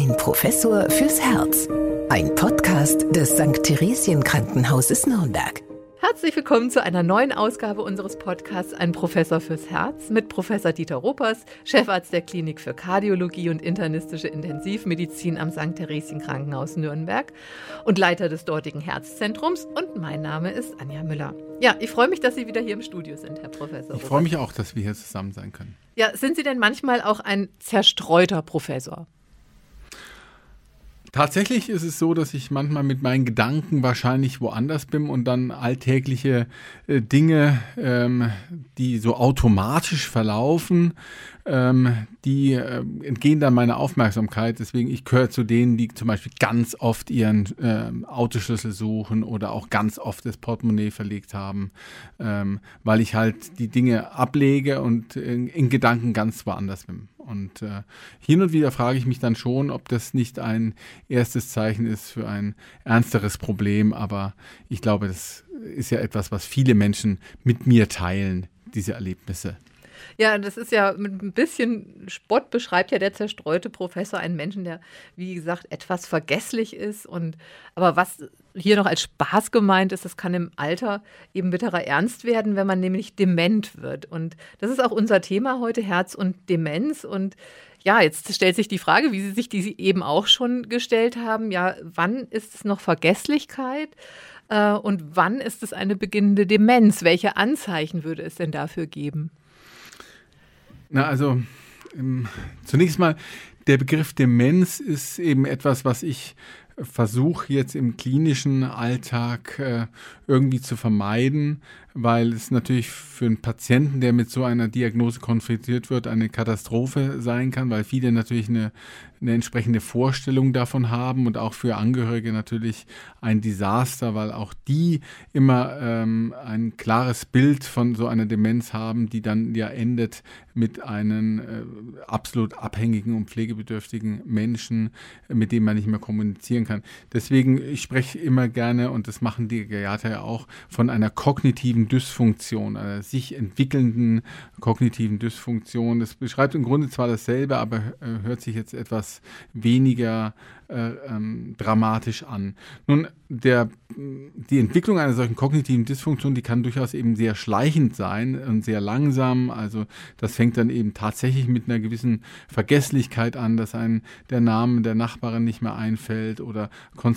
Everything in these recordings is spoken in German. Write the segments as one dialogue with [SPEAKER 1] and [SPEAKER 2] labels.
[SPEAKER 1] Ein Professor fürs Herz. Ein Podcast des St. Theresien Krankenhauses Nürnberg.
[SPEAKER 2] Herzlich willkommen zu einer neuen Ausgabe unseres Podcasts Ein Professor fürs Herz mit Professor Dieter Ruppers, Chefarzt der Klinik für Kardiologie und internistische Intensivmedizin am St. Theresien Krankenhaus Nürnberg und Leiter des dortigen Herzzentrums. Und mein Name ist Anja Müller. Ja, ich freue mich, dass Sie wieder hier im Studio sind, Herr Professor Ruppers.
[SPEAKER 3] Ich freue mich auch, dass wir hier zusammen sein können.
[SPEAKER 2] Ja, sind Sie denn manchmal auch ein zerstreuter Professor?
[SPEAKER 3] Tatsächlich ist es so, dass ich manchmal mit meinen Gedanken wahrscheinlich woanders bin und dann alltägliche Dinge, die so automatisch verlaufen, die entgehen dann meiner Aufmerksamkeit. Deswegen, ich gehöre zu denen, die zum Beispiel ganz oft ihren Autoschlüssel suchen oder auch ganz oft das Portemonnaie verlegt haben, weil ich halt die Dinge ablege und in Gedanken ganz woanders bin. Und hin und wieder frage ich mich dann schon, ob das nicht ein erstes Zeichen ist für ein ernsteres Problem. Aber ich glaube, das ist ja etwas, was viele Menschen mit mir teilen, diese Erlebnisse.
[SPEAKER 2] Ja, das ist ja mit ein bisschen Spott beschreibt ja der zerstreute Professor einen Menschen, der, wie gesagt, etwas vergesslich ist. Aber was hier noch als Spaß gemeint ist, das kann im Alter eben bitterer Ernst werden, wenn man nämlich dement wird. Und das ist auch unser Thema heute, Herz und Demenz. Und ja, jetzt stellt sich die Frage, wie Sie sich die eben auch schon gestellt haben, ja, wann ist es noch Vergesslichkeit? Und wann ist es eine beginnende Demenz? Welche Anzeichen würde es denn dafür geben?
[SPEAKER 3] Na, also zunächst mal, der Begriff Demenz ist eben etwas, was ich versuche jetzt im klinischen Alltag irgendwie zu vermeiden, weil es natürlich für einen Patienten, der mit so einer Diagnose konfrontiert wird, eine Katastrophe sein kann, weil viele natürlich eine entsprechende Vorstellung davon haben und auch für Angehörige natürlich ein Desaster, weil auch die immer ein klares Bild von so einer Demenz haben, die dann ja endet mit einem absolut abhängigen und pflegebedürftigen Menschen, mit dem man nicht mehr kommunizieren kann. Deswegen, ich spreche immer gerne, und das machen die Geriater ja auch, von einer kognitiven Dysfunktion, einer sich entwickelnden kognitiven Dysfunktion. Das beschreibt im Grunde zwar dasselbe, aber hört sich jetzt etwas weniger dramatisch an. Nun, die Entwicklung einer solchen kognitiven Dysfunktion, die kann durchaus eben sehr schleichend sein und sehr langsam. Also das fängt dann eben tatsächlich mit einer gewissen Vergesslichkeit an, dass einem der Name der Nachbarin nicht mehr einfällt oder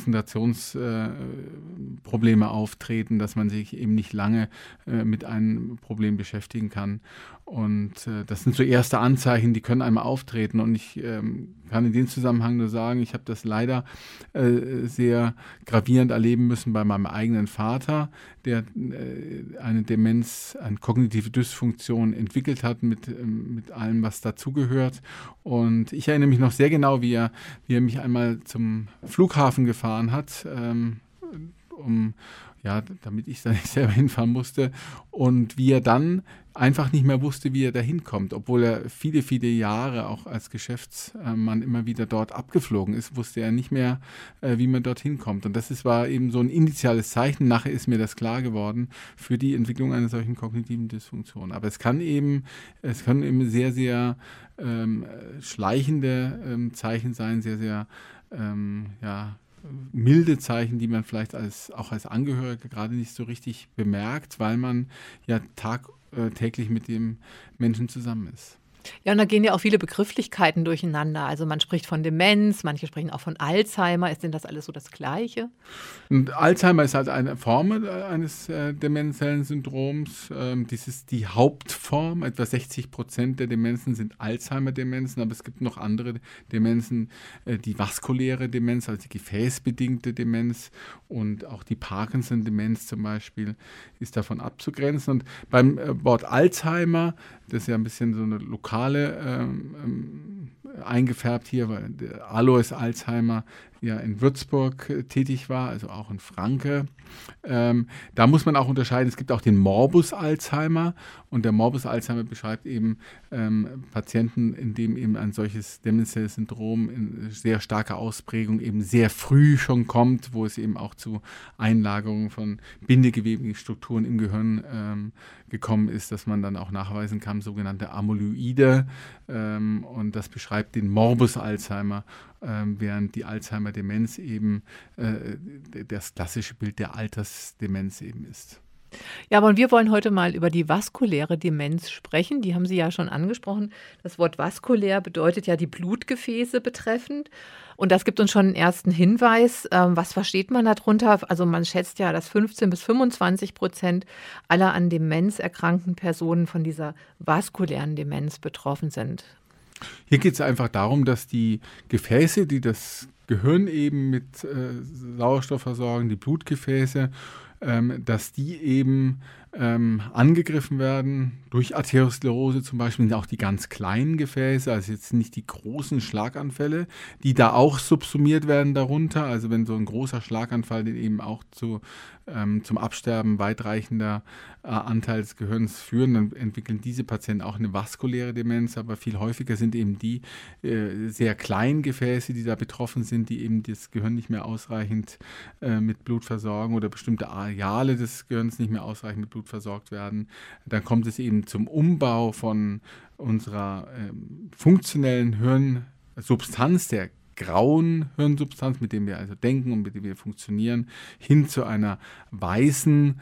[SPEAKER 3] Konzentrationsprobleme auftreten, dass man sich eben nicht lange mit einem Problem beschäftigen kann. Und das sind so erste Anzeichen, die können einmal auftreten. Und ich kann in dem Zusammenhang nur sagen, ich habe das leider sehr gravierend erleben müssen bei meinem eigenen Vater, der eine Demenz, eine kognitive Dysfunktion entwickelt hat mit allem, was dazugehört. Und ich erinnere mich noch sehr genau, wie er mich einmal zum Flughafen gefahren hat, damit ich da nicht selber hinfahren musste, und wie er dann einfach nicht mehr wusste, wie er da hinkommt. Obwohl er viele, viele Jahre auch als Geschäftsmann immer wieder dort abgeflogen ist, wusste er nicht mehr, wie man dorthin kommt. Und das war eben so ein initiales Zeichen. Nachher ist mir das klar geworden für die Entwicklung einer solchen kognitiven Dysfunktion. Aber es können eben sehr, sehr schleichende Zeichen sein, sehr, sehr milde Zeichen, die man vielleicht auch als Angehörige gerade nicht so richtig bemerkt, weil man ja täglich mit dem Menschen zusammen ist.
[SPEAKER 2] Ja, und da gehen ja auch viele Begrifflichkeiten durcheinander. Also man spricht von Demenz, manche sprechen auch von Alzheimer. Ist denn das alles so das Gleiche?
[SPEAKER 3] Und Alzheimer ist halt eine Form eines demenziellen Syndroms. Dies ist die Hauptform. Etwa 60% der Demenzen sind Alzheimer-Demenzen, aber es gibt noch andere Demenzen, die vaskuläre Demenz, also die gefäßbedingte Demenz, und auch die Parkinson-Demenz zum Beispiel ist davon abzugrenzen. Und beim Wort Alzheimer, das ist ja ein bisschen so eine lokale eingefärbt hier, weil der Alois Alzheimer ja in Würzburg tätig war, also auch in Franke. Da muss man auch unterscheiden, es gibt auch den Morbus Alzheimer, und der Morbus Alzheimer beschreibt eben Patienten, in dem eben ein solches demenzielles Syndrom in sehr starker Ausprägung eben sehr früh schon kommt, wo es eben auch zu Einlagerungen von bindegewebigen Strukturen im Gehirn gekommen ist, dass man dann auch nachweisen kann, sogenannte Amyloide, und das beschreibt den Morbus Alzheimer. während die Alzheimer-Demenz eben das klassische Bild der Altersdemenz eben ist.
[SPEAKER 2] Ja, aber wir wollen heute mal über die vaskuläre Demenz sprechen. Die haben Sie ja schon angesprochen. Das Wort vaskulär bedeutet ja die Blutgefäße betreffend. Und das gibt uns schon einen ersten Hinweis. Was versteht man darunter? Also man schätzt ja, dass 15-25% aller an Demenz erkrankten Personen von dieser vaskulären Demenz betroffen sind.
[SPEAKER 3] Hier geht es einfach darum, dass die Gefäße, die das Gehirn eben mit Sauerstoff versorgen, die Blutgefäße, dass die eben angegriffen werden durch Arteriosklerose zum Beispiel, auch die ganz kleinen Gefäße, also jetzt nicht die großen Schlaganfälle, die da auch subsumiert werden darunter. Also wenn so ein großer Schlaganfall den eben auch zum Absterben weitreichender Anteil des Gehirns führen, dann entwickeln diese Patienten auch eine vaskuläre Demenz, aber viel häufiger sind eben die sehr kleinen Gefäße, die da betroffen sind, die eben das Gehirn nicht mehr ausreichend mit Blut versorgen oder bestimmte Areale des Gehirns nicht mehr ausreichend mit Blut versorgt werden. Dann kommt es eben zum Umbau von unserer funktionellen Hirnsubstanz, der grauen Hirnsubstanz, mit dem wir also denken und mit dem wir funktionieren, hin zu einer weißen,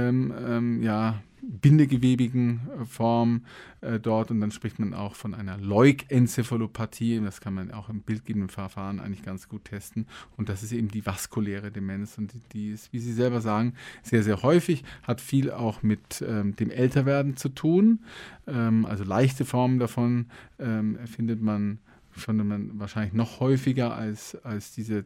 [SPEAKER 3] bindegewebigen Form dort, und dann spricht man auch von einer Leukenzephalopathie. Das kann man auch im bildgebenden Verfahren eigentlich ganz gut testen, und das ist eben die vaskuläre Demenz, und die ist, wie Sie selber sagen, sehr, sehr häufig, hat viel auch mit dem Älterwerden zu tun, also leichte Formen davon findet man wahrscheinlich noch häufiger als diese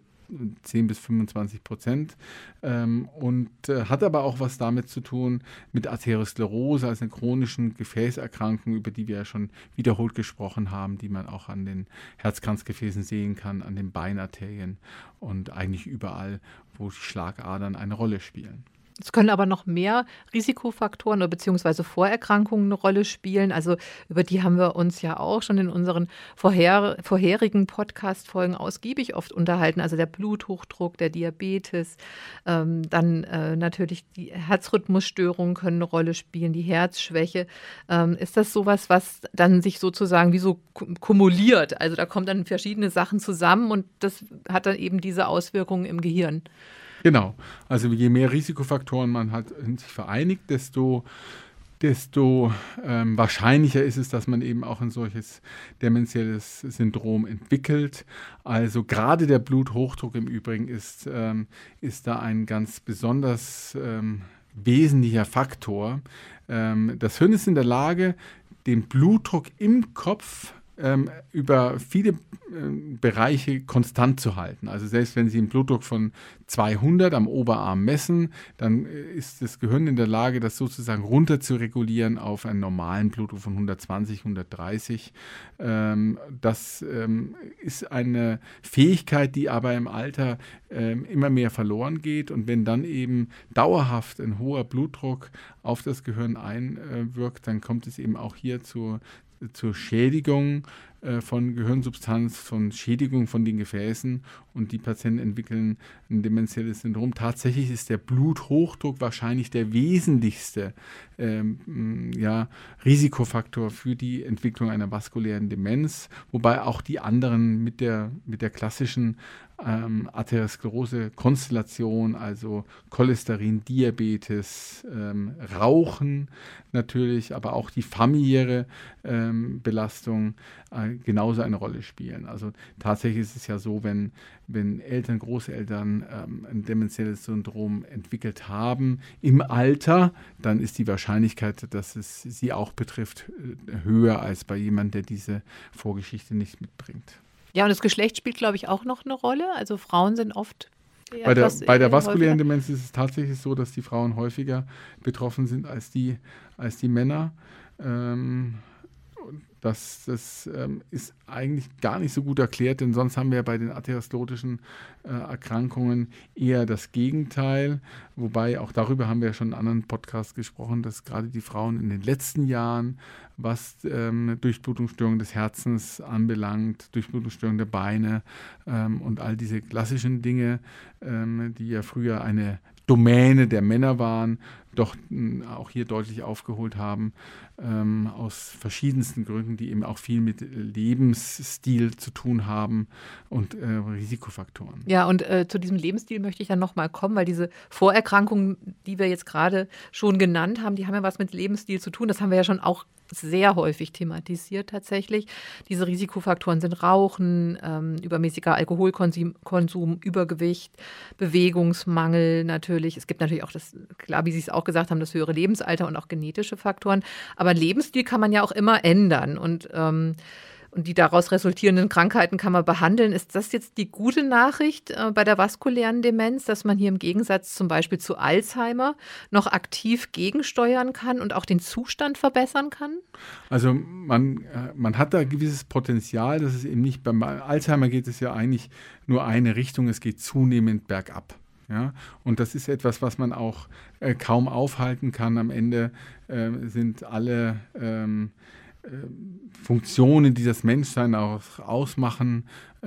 [SPEAKER 3] 10-25%, und hat aber auch was damit zu tun mit Arteriosklerose, also einer chronischen Gefäßerkrankung, über die wir ja schon wiederholt gesprochen haben, die man auch an den Herzkranzgefäßen sehen kann, an den Beinarterien und eigentlich überall, wo die Schlagadern eine Rolle spielen.
[SPEAKER 2] Es können aber noch mehr Risikofaktoren oder beziehungsweise Vorerkrankungen eine Rolle spielen. Also über die haben wir uns ja auch schon in unseren vorherigen Podcast-Folgen ausgiebig oft unterhalten. Also der Bluthochdruck, der Diabetes, dann natürlich die Herzrhythmusstörungen können eine Rolle spielen, die Herzschwäche. Ist das sowas, was dann sich sozusagen wie so kumuliert? Also da kommen dann verschiedene Sachen zusammen und das hat dann eben diese Auswirkungen im Gehirn.
[SPEAKER 3] Genau, also je mehr Risikofaktoren man hat in sich vereinigt, desto wahrscheinlicher ist es, dass man eben auch ein solches dementielles Syndrom entwickelt. Also gerade der Bluthochdruck im Übrigen ist da ein ganz besonders wesentlicher Faktor. Das Hirn ist in der Lage, den Blutdruck im Kopf über viele Bereiche konstant zu halten. Also selbst wenn Sie einen Blutdruck von 200 am Oberarm messen, dann ist das Gehirn in der Lage, das sozusagen runter zu regulieren auf einen normalen Blutdruck von 120, 130. Das ist eine Fähigkeit, die aber im Alter immer mehr verloren geht. Und wenn dann eben dauerhaft ein hoher Blutdruck auf das Gehirn einwirkt, dann kommt es eben auch hier zur Schädigung von Gehirnsubstanz, von Schädigung von den Gefäßen, und die Patienten entwickeln ein dementielles Syndrom. Tatsächlich ist der Bluthochdruck wahrscheinlich der wesentlichste Risikofaktor für die Entwicklung einer vaskulären Demenz, wobei auch die anderen mit der klassischen Arteriosklerose-Konstellation, also Cholesterin, Diabetes, Rauchen natürlich, aber auch die familiäre Belastung genauso eine Rolle spielen. Also tatsächlich ist es ja so, wenn Eltern, Großeltern ein dementielles Syndrom entwickelt haben im Alter, dann ist die Wahrscheinlichkeit, dass es sie auch betrifft, höher als bei jemandem, der diese Vorgeschichte nicht mitbringt.
[SPEAKER 2] Ja, und das Geschlecht spielt, glaube ich, auch noch eine Rolle. Also Frauen sind oft
[SPEAKER 3] bei der vaskulären Demenz ist es tatsächlich so, dass die Frauen häufiger betroffen sind als die Männer. Das ist eigentlich gar nicht so gut erklärt, denn sonst haben wir ja bei den arteriosklerotischen Erkrankungen eher das Gegenteil. Wobei, auch darüber haben wir ja schon in anderen Podcasts gesprochen, dass gerade die Frauen in den letzten Jahren, was Durchblutungsstörungen des Herzens anbelangt, Durchblutungsstörungen der Beine und all diese klassischen Dinge, die ja früher eine Domäne der Männer waren, doch auch hier deutlich aufgeholt haben, aus verschiedensten Gründen, die eben auch viel mit Lebensstil zu tun haben und Risikofaktoren.
[SPEAKER 2] Ja, und zu diesem Lebensstil möchte ich dann nochmal kommen, weil diese Vorerkrankungen, die wir jetzt gerade schon genannt haben, die haben ja was mit Lebensstil zu tun. Das haben wir ja schon auch sehr häufig thematisiert tatsächlich. Diese Risikofaktoren sind Rauchen, übermäßiger Alkoholkonsum, Übergewicht, Bewegungsmangel natürlich. Es gibt natürlich auch das, klar, wie Sie es auch gesagt haben, das höhere Lebensalter und auch genetische Faktoren. Aber Lebensstil kann man ja auch immer ändern und die daraus resultierenden Krankheiten kann man behandeln. Ist das jetzt die gute Nachricht bei der vaskulären Demenz, dass man hier im Gegensatz zum Beispiel zu Alzheimer noch aktiv gegensteuern kann und auch den Zustand verbessern kann?
[SPEAKER 3] Also man hat da ein gewisses Potenzial. Das ist eben nicht, beim Alzheimer geht es ja eigentlich nur eine Richtung, es geht zunehmend bergab. Ja, und das ist etwas, was man auch kaum aufhalten kann. Am Ende sind alle Funktionen, die das Menschsein auch ausmachen,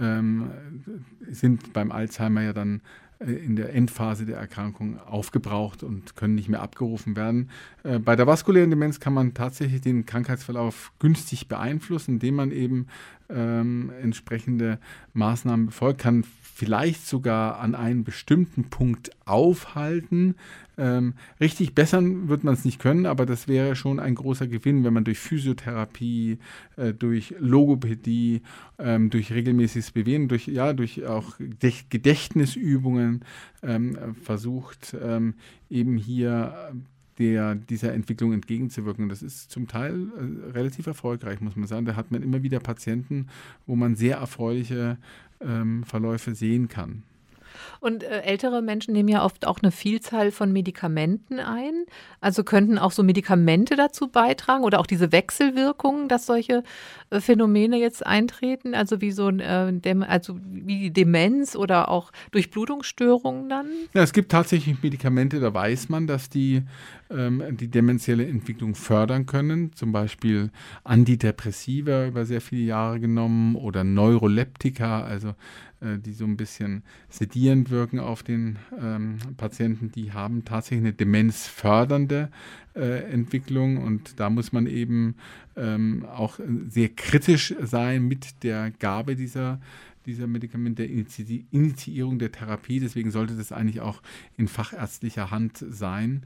[SPEAKER 3] sind beim Alzheimer ja dann in der Endphase der Erkrankung aufgebraucht und können nicht mehr abgerufen werden. Bei der vaskulären Demenz kann man tatsächlich den Krankheitsverlauf günstig beeinflussen, indem man eben entsprechende Maßnahmen befolgt, kann vielleicht sogar an einem bestimmten Punkt aufhalten. Richtig bessern wird man es nicht können, aber das wäre schon ein großer Gewinn, wenn man durch Physiotherapie, durch Logopädie, durch regelmäßiges Bewegen, durch auch Gedächtnisübungen versucht, eben hier dieser Entwicklung entgegenzuwirken. Das ist zum Teil relativ erfolgreich, muss man sagen. Da hat man immer wieder Patienten, wo man sehr erfreuliche Verläufe sehen kann.
[SPEAKER 2] Und ältere Menschen nehmen ja oft auch eine Vielzahl von Medikamenten ein. Also könnten auch so Medikamente dazu beitragen oder auch diese Wechselwirkungen, dass solche Phänomene jetzt eintreten, also wie wie die Demenz oder auch Durchblutungsstörungen dann?
[SPEAKER 3] Ja, es gibt tatsächlich Medikamente, da weiß man, dass die demenzielle Entwicklung fördern können. Zum Beispiel Antidepressiva über sehr viele Jahre genommen oder Neuroleptika, also die so ein bisschen sedierend wirken auf den Patienten, die haben tatsächlich eine demenzfördernde Entwicklung und da muss man eben auch sehr kritisch sein mit der Gabe dieser Medikamente, der Initiierung der Therapie. Deswegen sollte das eigentlich auch in fachärztlicher Hand sein.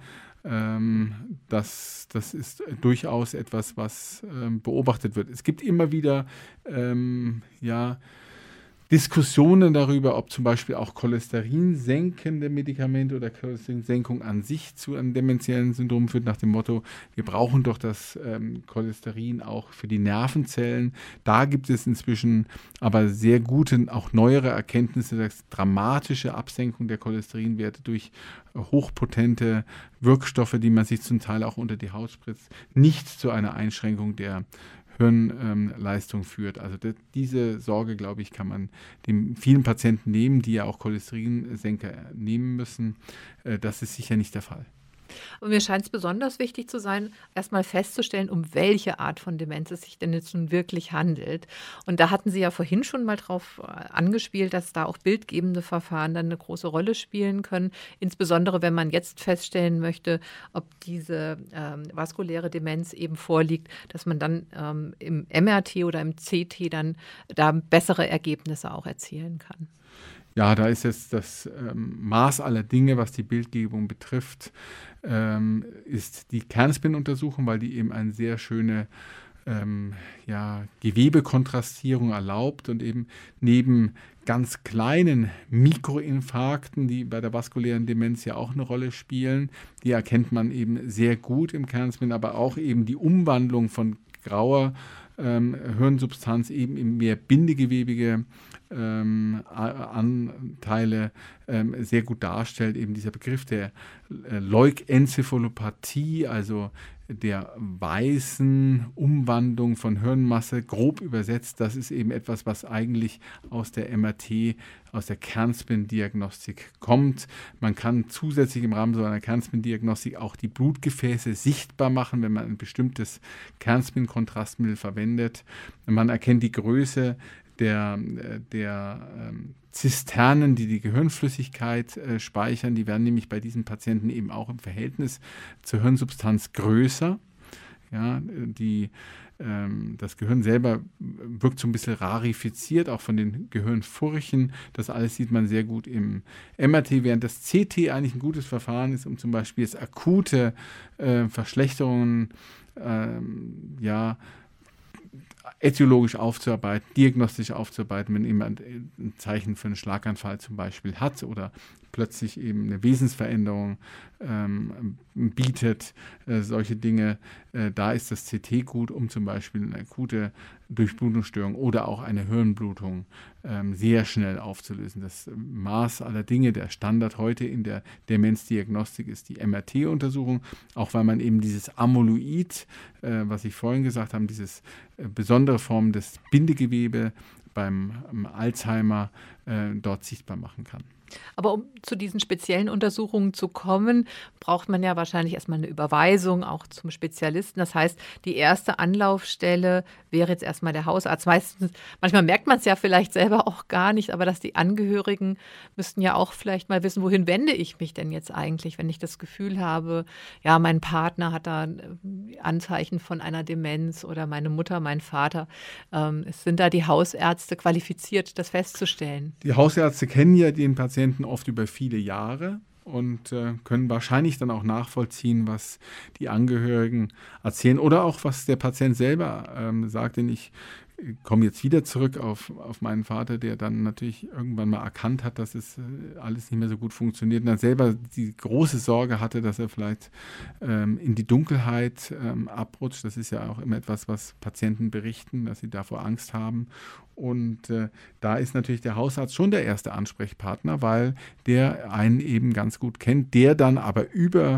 [SPEAKER 3] Das ist durchaus etwas, was beobachtet wird. Es gibt immer wieder Diskussionen darüber, ob zum Beispiel auch cholesterinsenkende Medikamente oder Cholesterinsenkung an sich zu einem dementiellen Syndrom führt, nach dem Motto, wir brauchen doch das Cholesterin auch für die Nervenzellen. Da gibt es inzwischen aber sehr gute, auch neuere Erkenntnisse, dass dramatische Absenkung der Cholesterinwerte durch hochpotente Wirkstoffe, die man sich zum Teil auch unter die Haut spritzt, nicht zu einer Einschränkung der Hirnleistung führt. Also diese Sorge, glaube ich, kann man den vielen Patienten nehmen, die ja auch Cholesterinsenker nehmen müssen. Das ist sicher nicht der Fall.
[SPEAKER 2] Und mir scheint es besonders wichtig zu sein, erstmal festzustellen, um welche Art von Demenz es sich denn jetzt nun wirklich handelt. Und da hatten Sie ja vorhin schon mal drauf angespielt, dass da auch bildgebende Verfahren dann eine große Rolle spielen können. Insbesondere, wenn man jetzt feststellen möchte, ob diese vaskuläre Demenz eben vorliegt, dass man dann im MRT oder im CT dann da bessere Ergebnisse auch erzielen kann.
[SPEAKER 3] Ja, da ist jetzt das Maß aller Dinge, was die Bildgebung betrifft, ist die Kernspin-Untersuchung, weil die eben eine sehr schöne Gewebekontrastierung erlaubt und eben neben ganz kleinen Mikroinfarkten, die bei der vaskulären Demenz ja auch eine Rolle spielen, die erkennt man eben sehr gut im Kernspin, aber auch eben die Umwandlung von grauer Hirnsubstanz eben in mehr bindegewebige Anteile sehr gut darstellt. Eben dieser Begriff der Leukenzephalopathie, also der weißen Umwandlung von Hirnmasse, grob übersetzt, das ist eben etwas, was eigentlich aus der MRT, aus der Kernspin-Diagnostik kommt. Man kann zusätzlich im Rahmen so einer Kernspin-Diagnostik auch die Blutgefäße sichtbar machen, wenn man ein bestimmtes Kernspin-Kontrastmittel verwendet. Man erkennt die Größe Zisternen, die die Gehirnflüssigkeit speichern. Die werden nämlich bei diesen Patienten eben auch im Verhältnis zur Hirnsubstanz größer. Ja, das Gehirn selber wirkt so ein bisschen rarifiziert, auch von den Gehirnfurchen. Das alles sieht man sehr gut im MRT, während das CT eigentlich ein gutes Verfahren ist, um zum Beispiel jetzt akute Verschlechterungen etiologisch aufzuarbeiten, diagnostisch aufzuarbeiten, wenn jemand ein Zeichen für einen Schlaganfall zum Beispiel hat oder plötzlich eben eine Wesensveränderung bietet, solche Dinge. Da ist das CT gut, um zum Beispiel eine akute Durchblutungsstörung oder auch eine Hirnblutung sehr schnell aufzulösen. Das Maß aller Dinge, der Standard heute in der Demenzdiagnostik ist die MRT-Untersuchung, auch weil man eben dieses Amyloid, was ich vorhin gesagt habe, dieses besondere Form des Bindegewebe beim Alzheimer dort sichtbar machen kann.
[SPEAKER 2] Aber um zu diesen speziellen Untersuchungen zu kommen, braucht man ja wahrscheinlich erstmal eine Überweisung auch zum Spezialisten. Das heißt, die erste Anlaufstelle wäre jetzt erstmal der Hausarzt. Manchmal merkt man es ja vielleicht selber auch gar nicht, aber dass die Angehörigen müssten ja auch vielleicht mal wissen, wohin wende ich mich denn jetzt eigentlich, wenn ich das Gefühl habe, ja, mein Partner hat da Anzeichen von einer Demenz oder meine Mutter, mein Vater. Sind da die Hausärzte qualifiziert, das festzustellen?
[SPEAKER 3] Die Hausärzte kennen ja den Patienten oft über viele Jahre und können wahrscheinlich dann auch nachvollziehen, was die Angehörigen erzählen oder auch was der Patient selber sagt. Denn ich komme jetzt wieder zurück auf meinen Vater, der dann natürlich irgendwann mal erkannt hat, dass es alles nicht mehr so gut funktioniert und dann selber die große Sorge hatte, dass er vielleicht in die Dunkelheit abrutscht. Das ist ja auch immer etwas, was Patienten berichten, dass sie davor Angst haben. Und da ist natürlich der Hausarzt schon der erste Ansprechpartner, weil der einen eben ganz gut kennt, der dann aber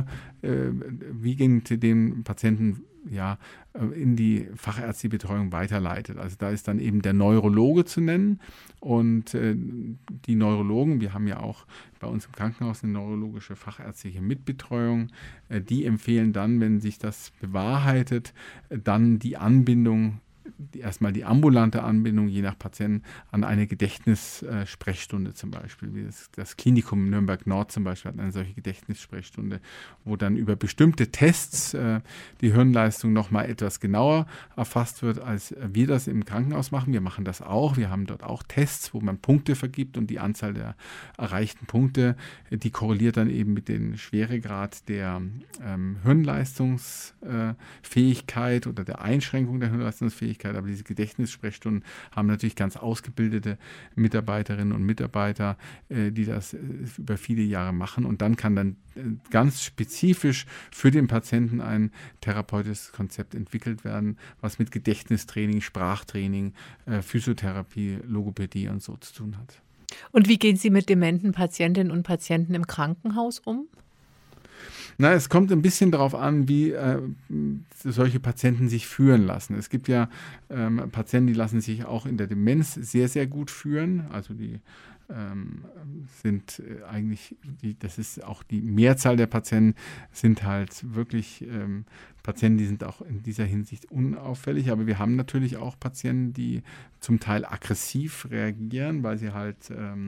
[SPEAKER 3] überwiegend den Patienten in die fachärztliche Betreuung weiterleitet. Also da ist dann eben der Neurologe zu nennen und die Neurologen, wir haben ja auch bei uns im Krankenhaus eine neurologische fachärztliche Mitbetreuung, die empfehlen dann, wenn sich das bewahrheitet, dann die Anbindung, erstmal die ambulante Anbindung je nach Patienten an eine Gedächtnissprechstunde zum Beispiel. Wie das Klinikum Nürnberg Nord zum Beispiel hat eine solche Gedächtnissprechstunde, wo dann über bestimmte Tests die Hirnleistung nochmal etwas genauer erfasst wird, als wir das im Krankenhaus machen. Wir machen das auch. Wir haben dort auch Tests, wo man Punkte vergibt und die Anzahl der erreichten Punkte, die korreliert dann eben mit dem Schweregrad der Hirnleistungsfähigkeit oder der Einschränkung der Hirnleistungsfähigkeit. Aber diese Gedächtnissprechstunden haben natürlich ganz ausgebildete Mitarbeiterinnen und Mitarbeiter, die das über viele Jahre machen. Und dann kann dann ganz spezifisch für den Patienten ein therapeutisches Konzept entwickelt werden, was mit Gedächtnistraining, Sprachtraining, Physiotherapie, Logopädie und so zu tun hat.
[SPEAKER 2] Und wie gehen Sie mit dementen Patientinnen und Patienten im Krankenhaus um?
[SPEAKER 3] Na, es kommt ein bisschen darauf an, wie solche Patienten sich führen lassen. Es gibt ja Patienten, die lassen sich auch in der Demenz sehr, sehr gut führen. Also die sind eigentlich, das ist auch die Mehrzahl der Patienten, sind halt wirklich Patienten, die sind auch in dieser Hinsicht unauffällig. Aber wir haben natürlich auch Patienten, die zum Teil aggressiv reagieren, weil sie halt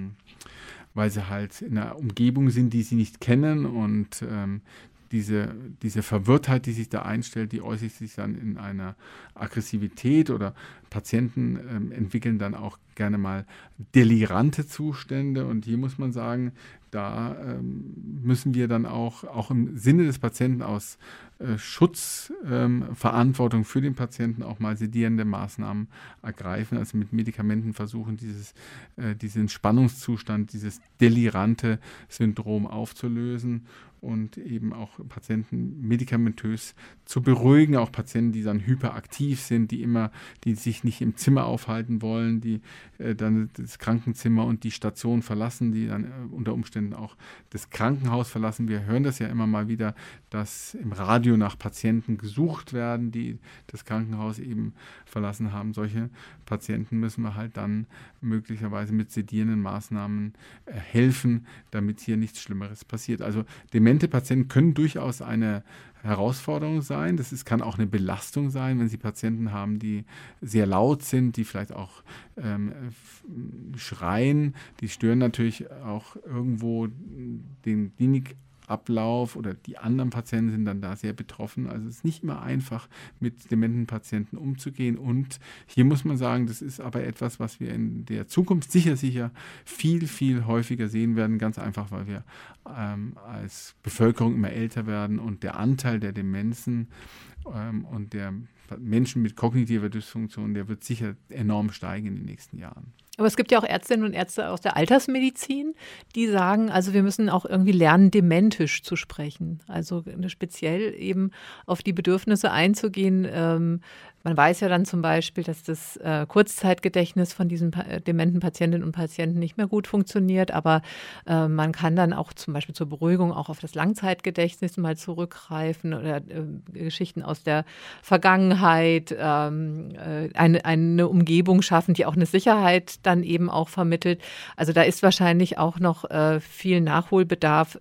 [SPEAKER 3] in einer Umgebung sind, die sie nicht kennen und diese Verwirrtheit, die sich da einstellt, die äußert sich dann in einer Aggressivität oder Patienten entwickeln dann auch gerne mal delirante Zustände und hier muss man sagen, da müssen wir dann auch im Sinne des Patienten aus Schutzverantwortung für den Patienten auch mal sedierende Maßnahmen ergreifen, also mit Medikamenten versuchen, diesen Spannungszustand, dieses delirante Syndrom aufzulösen und eben auch Patienten medikamentös zu beruhigen, auch Patienten, die dann hyperaktiv sind, die sich nicht im Zimmer aufhalten wollen, die dann das Krankenzimmer und die Station verlassen, die dann unter Umständen auch das Krankenhaus verlassen. Wir hören das ja immer mal wieder, dass im Radio nach Patienten gesucht werden, die das Krankenhaus eben verlassen haben. Solche Patienten müssen wir halt dann möglicherweise mit sedierenden Maßnahmen helfen, damit hier nichts Schlimmeres passiert. Also Demenz demente Patienten können durchaus eine Herausforderung sein. Kann auch eine Belastung sein, wenn Sie Patienten haben, die sehr laut sind, die vielleicht auch schreien. Die stören natürlich auch irgendwo den Klinikablauf oder die anderen Patienten sind dann da sehr betroffen. Also es ist nicht immer einfach, mit dementen Patienten umzugehen. Und hier muss man sagen, das ist aber etwas, was wir in der Zukunft sicher viel, viel häufiger sehen werden. Ganz einfach, weil wir als Bevölkerung immer älter werden und der Anteil der Demenzen und der Menschen mit kognitiver Dysfunktion, der wird sicher enorm steigen in den nächsten Jahren.
[SPEAKER 2] Aber es gibt ja auch Ärztinnen und Ärzte aus der Altersmedizin, die sagen, also wir müssen auch irgendwie lernen, dementisch zu sprechen. Also speziell eben auf die Bedürfnisse einzugehen. Man weiß ja dann zum Beispiel, dass das Kurzzeitgedächtnis von diesen dementen Patientinnen und Patienten nicht mehr gut funktioniert. Aber man kann dann auch zum Beispiel zur Beruhigung auch auf das Langzeitgedächtnis mal zurückgreifen oder Geschichten aus der Vergangenheit, eine Umgebung schaffen, die auch eine Sicherheit dann eben auch vermittelt. Also da ist wahrscheinlich auch noch viel Nachholbedarf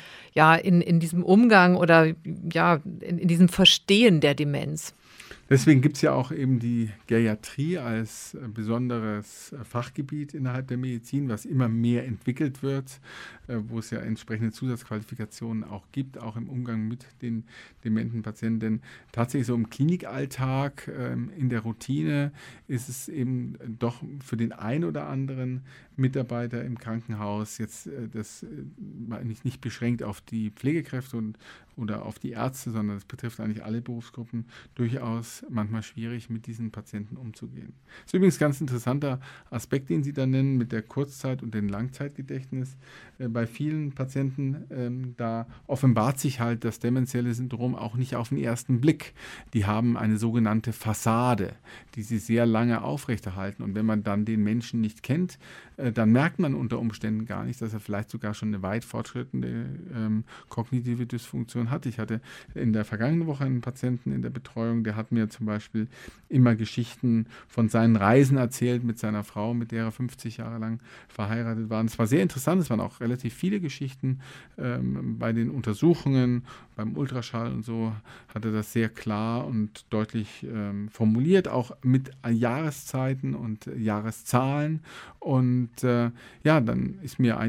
[SPEAKER 2] in diesem Umgang oder in diesem Verstehen der Demenz.
[SPEAKER 3] Deswegen gibt es ja auch eben die Geriatrie als besonderes Fachgebiet innerhalb der Medizin, was immer mehr entwickelt wird, wo es ja entsprechende Zusatzqualifikationen auch gibt, auch im Umgang mit den dementen Patienten. Denn tatsächlich so im Klinikalltag, in der Routine ist es eben doch für den einen oder anderen Mitarbeiter im Krankenhaus jetzt das nicht beschränkt auf die Pflegekräfte oder auf die Ärzte, sondern es betrifft eigentlich alle Berufsgruppen, durchaus manchmal schwierig, mit diesen Patienten umzugehen. Das ist übrigens ein ganz interessanter Aspekt, den Sie da nennen, mit der Kurzzeit- und dem Langzeitgedächtnis. Bei vielen Patienten, da offenbart sich halt das demenzielle Syndrom auch nicht auf den ersten Blick. Die haben eine sogenannte Fassade, die sie sehr lange aufrechterhalten. Und wenn man dann den Menschen nicht kennt, dann merkt man unter Umständen gar nicht, dass er vielleicht sogar schon eine weit fortschrittende kognitive Dysfunktion hat. Ich hatte in der vergangenen Woche einen Patienten in der Betreuung, der hat mir zum Beispiel immer Geschichten von seinen Reisen erzählt mit seiner Frau, mit der er 50 Jahre lang verheiratet war. Es war sehr interessant, es waren auch relativ viele Geschichten bei den Untersuchungen, beim Ultraschall und so hat er das sehr klar und deutlich formuliert, auch mit Jahreszeiten und Jahreszahlen. Und dann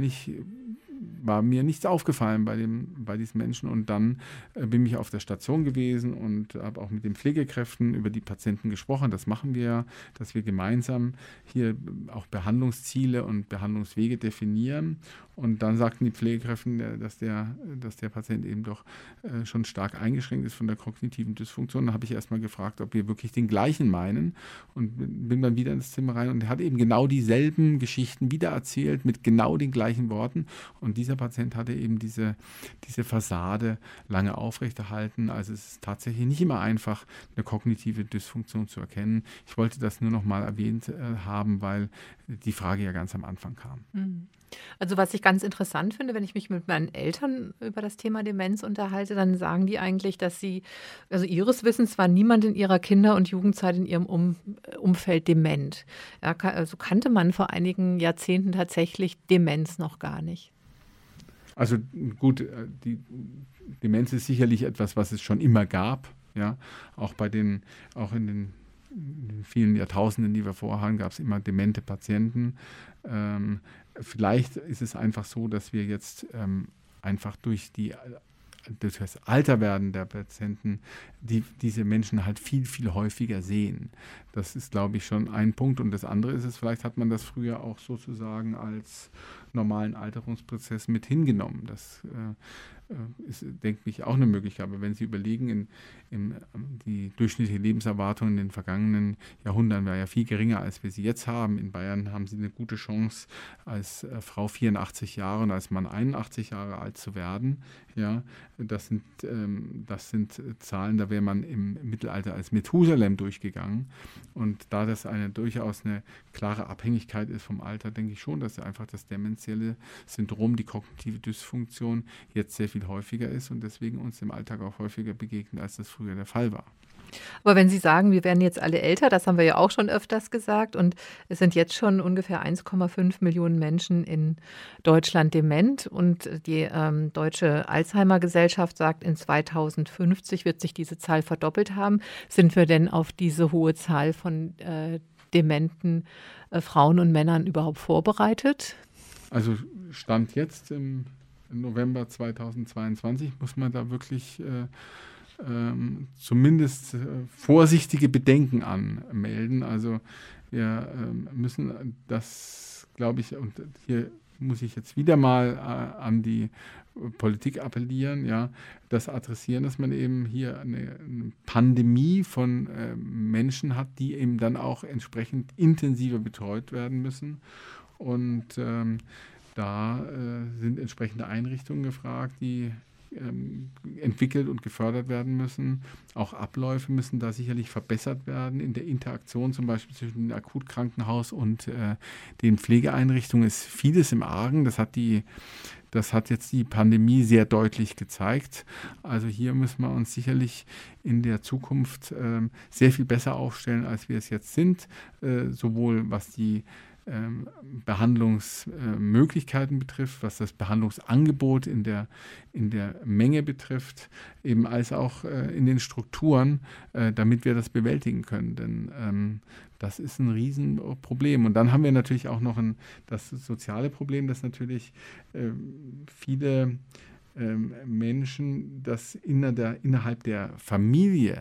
[SPEAKER 3] war mir nichts aufgefallen bei diesen Menschen. Und dann bin ich auf der Station gewesen und habe auch mit den Pflegekräften über die Patienten gesprochen. Das machen wir, dass wir gemeinsam hier auch Behandlungsziele und Behandlungswege definieren. Und dann sagten die Pflegekräfte, dass der Patient eben doch schon stark eingeschränkt ist von der kognitiven Dysfunktion. Da habe ich erstmal gefragt, ob wir wirklich den gleichen meinen und bin dann wieder ins Zimmer rein und er hat eben genau dieselben Geschichten wieder erzählt mit genau den gleichen Worten. Und dieser Patient hatte eben diese Fassade lange aufrechterhalten. Also es ist tatsächlich nicht immer einfach, eine kognitive Dysfunktion zu erkennen. Ich wollte das nur noch mal erwähnt haben, weil die Frage ja ganz am Anfang kam.
[SPEAKER 2] Also was ich ganz interessant finde, wenn ich mich mit meinen Eltern über das Thema Demenz unterhalte, dann sagen die eigentlich, dass sie, also ihres Wissens war niemand in ihrer Kinder- und Jugendzeit in ihrem Umfeld dement. Ja, also kannte man vor einigen Jahrzehnten tatsächlich Demenz noch gar nicht.
[SPEAKER 3] Also gut, die Demenz ist sicherlich etwas, was es schon immer gab. Ja, auch in den vielen Jahrtausenden, die wir vorher hatten, gab es immer demente Patienten. Vielleicht ist es einfach so, dass wir jetzt einfach durch das Alterwerden der Patienten diese Menschen halt viel, viel häufiger sehen. Das ist, glaube ich, schon ein Punkt. Und das andere ist es, vielleicht hat man das früher auch sozusagen als normalen Alterungsprozess mit hingenommen. Das ist, denke ich, auch eine Möglichkeit. Aber wenn Sie überlegen, die durchschnittliche Lebenserwartung in den vergangenen Jahrhunderten war ja viel geringer, als wir sie jetzt haben. In Bayern haben Sie eine gute Chance, als Frau 84 Jahre und als Mann 81 Jahre alt zu werden. Ja, das sind Zahlen, da wäre man im Mittelalter als Methusalem durchgegangen. Und da das durchaus eine klare Abhängigkeit ist vom Alter, denke ich schon, dass einfach das demenzielle Syndrom, die kognitive Dysfunktion jetzt sehr viel häufiger ist und deswegen uns im Alltag auch häufiger begegnet, als das früher der Fall war.
[SPEAKER 2] Aber wenn Sie sagen, wir werden jetzt alle älter, das haben wir ja auch schon öfters gesagt, und es sind jetzt schon ungefähr 1,5 Millionen Menschen in Deutschland dement, und die Deutsche Alzheimer-Gesellschaft sagt, in 2050 wird sich diese Zahl verdoppelt haben. Sind wir denn auf diese hohe Zahl von dementen Frauen und Männern überhaupt vorbereitet?
[SPEAKER 3] Also Stand jetzt im November 2022 muss man da wirklich zumindest vorsichtige Bedenken anmelden. Also wir müssen das, glaube ich, und hier muss ich jetzt wieder mal an die Politik appellieren, ja, das adressieren, dass man eben hier eine Pandemie von Menschen hat, die eben dann auch entsprechend intensiver betreut werden müssen. Und da sind entsprechende Einrichtungen gefragt, die entwickelt und gefördert werden müssen. Auch Abläufe müssen da sicherlich verbessert werden. In der Interaktion zum Beispiel zwischen dem Akutkrankenhaus und den Pflegeeinrichtungen ist vieles im Argen. Das hat jetzt die Pandemie sehr deutlich gezeigt. Also hier müssen wir uns sicherlich in der Zukunft sehr viel besser aufstellen, als wir es jetzt sind, sowohl was die Behandlungsmöglichkeiten betrifft, was das Behandlungsangebot in der Menge betrifft, eben als auch in den Strukturen, damit wir das bewältigen können. Denn das ist ein Riesenproblem. Und dann haben wir natürlich auch noch das soziale Problem, dass natürlich viele Menschen das innerhalb der Familie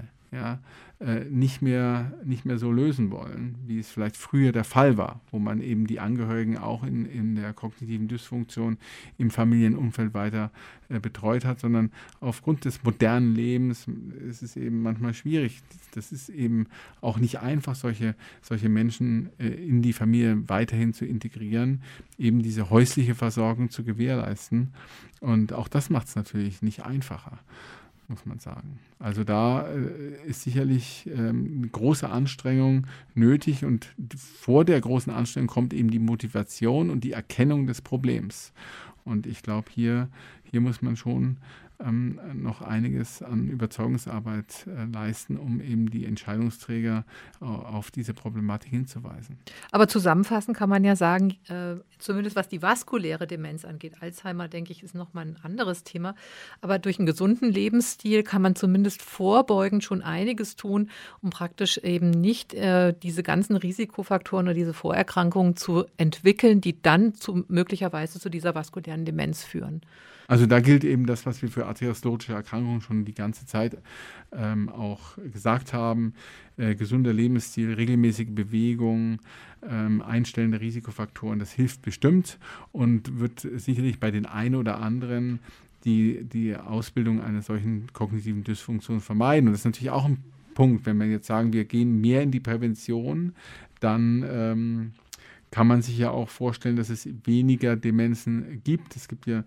[SPEAKER 3] nicht mehr so lösen wollen, wie es vielleicht früher der Fall war, wo man eben die Angehörigen auch in der kognitiven Dysfunktion im Familienumfeld weiter betreut hat, sondern aufgrund des modernen Lebens ist es eben manchmal schwierig. Das ist eben auch nicht einfach, solche Menschen in die Familie weiterhin zu integrieren, eben diese häusliche Versorgung zu gewährleisten. Und auch das macht es natürlich nicht einfacher, muss man sagen. Also da ist sicherlich eine große Anstrengung nötig, und vor der großen Anstrengung kommt eben die Motivation und die Erkennung des Problems. Und ich glaube, hier muss man schon noch einiges an Überzeugungsarbeit leisten, um eben die Entscheidungsträger auf diese Problematik hinzuweisen.
[SPEAKER 2] Aber zusammenfassend kann man ja sagen, zumindest was die vaskuläre Demenz angeht, Alzheimer, denke ich, ist nochmal ein anderes Thema, aber durch einen gesunden Lebensstil kann man zumindest vorbeugend schon einiges tun, um praktisch eben nicht diese ganzen Risikofaktoren oder diese Vorerkrankungen zu entwickeln, die dann möglicherweise zu dieser vaskulären Demenz führen.
[SPEAKER 3] Also da gilt eben das, was wir für arteriosklerotische Erkrankungen schon die ganze Zeit auch gesagt haben. Gesunder Lebensstil, regelmäßige Bewegung, Einstellen der Risikofaktoren, das hilft bestimmt und wird sicherlich bei den einen oder anderen die Ausbildung einer solchen kognitiven Dysfunktion vermeiden. Und das ist natürlich auch ein Punkt, wenn wir jetzt sagen, wir gehen mehr in die Prävention, dann kann man sich ja auch vorstellen, dass es weniger Demenzen gibt. Es gibt ja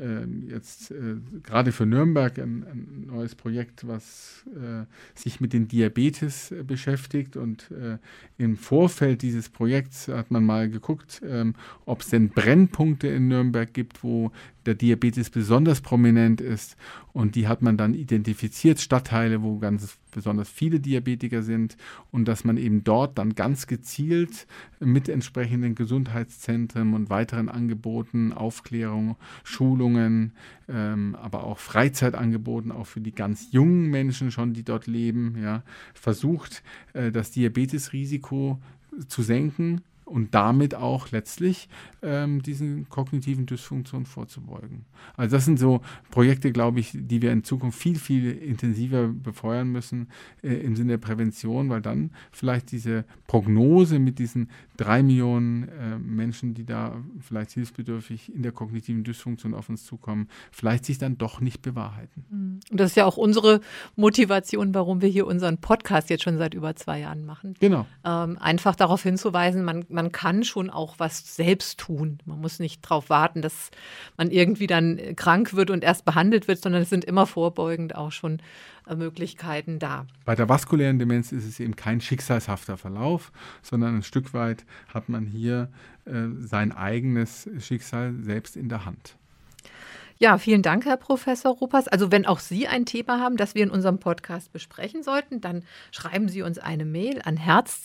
[SPEAKER 3] jetzt gerade für Nürnberg ein neues Projekt, was sich mit dem Diabetes beschäftigt. Und im Vorfeld dieses Projekts hat man mal geguckt, ob es denn Brennpunkte in Nürnberg gibt, wo der Diabetes besonders prominent ist. Und die hat man dann identifiziert, Stadtteile, wo ganz besonders viele Diabetiker sind, und dass man eben dort dann ganz gezielt mit entsprechenden Gesundheitszentren und weiteren Angeboten, Aufklärung, Schulungen, aber auch Freizeitangeboten, auch für die ganz jungen Menschen schon, die dort leben, versucht, das Diabetesrisiko zu senken und damit auch letztlich diesen kognitiven Dysfunktionen vorzubeugen. Also das sind so Projekte, glaube ich, die wir in Zukunft viel, viel intensiver befeuern müssen im Sinne der Prävention, weil dann vielleicht diese Prognose mit diesen 3 Millionen Menschen, die da vielleicht hilfsbedürftig in der kognitiven Dysfunktion auf uns zukommen, vielleicht sich dann doch nicht bewahrheiten.
[SPEAKER 2] Und das ist ja auch unsere Motivation, warum wir hier unseren Podcast jetzt schon seit über 2 Jahren machen.
[SPEAKER 3] Genau.
[SPEAKER 2] Einfach darauf hinzuweisen, man kann schon auch was selbst tun. Man muss nicht darauf warten, dass man irgendwie dann krank wird und erst behandelt wird, sondern es sind immer vorbeugend auch schon Möglichkeiten da.
[SPEAKER 3] Bei der vaskulären Demenz ist es eben kein schicksalshafter Verlauf, sondern ein Stück weit hat man hier sein eigenes Schicksal selbst in der Hand.
[SPEAKER 2] Ja, vielen Dank, Herr Professor Ruppers. Also wenn auch Sie ein Thema haben, das wir in unserem Podcast besprechen sollten, dann schreiben Sie uns eine Mail an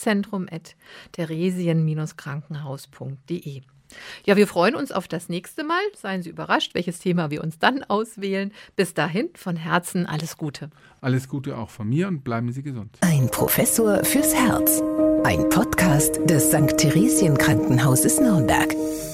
[SPEAKER 2] herzzentrum@theresien-krankenhaus.de. Ja, wir freuen uns auf das nächste Mal. Seien Sie überrascht, welches Thema wir uns dann auswählen. Bis dahin, von Herzen alles Gute.
[SPEAKER 3] Alles Gute auch von mir und bleiben Sie gesund.
[SPEAKER 1] Ein Professor fürs Herz. Ein Podcast des St. Theresien Krankenhauses Nürnberg.